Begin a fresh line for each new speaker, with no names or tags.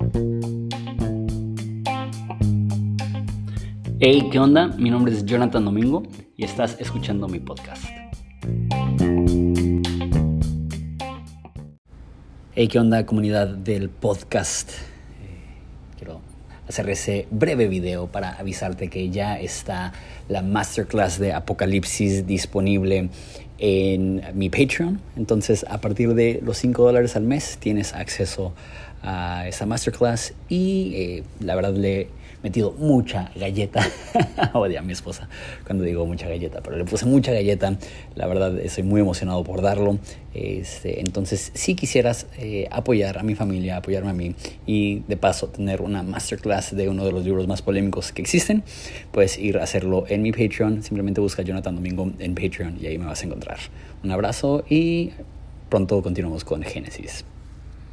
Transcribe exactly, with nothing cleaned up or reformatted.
Hey, ¿qué onda? Mi nombre es Jonathan Domingo y estás escuchando mi podcast. Hey, ¿qué onda, comunidad del podcast? Eh, quiero hacer ese breve video para avisarte que ya está la masterclass de Apocalipsis disponible en mi Patreon. Entonces, a partir de los cinco dólares al mes tienes acceso a esa masterclass y eh, la verdad le he metido mucha galleta. Odia a mi esposa cuando digo mucha galleta, pero le puse mucha galleta. La verdad estoy muy emocionado por darlo. Este, entonces, si quisieras eh, apoyar a mi familia, apoyarme a mí y de paso tener una masterclass de uno de los libros más polémicos que existen, puedes ir a hacerlo en mi Patreon. Simplemente busca Jonathan Domingo en Patreon y ahí me vas a encontrar. Un abrazo y pronto continuamos con Génesis.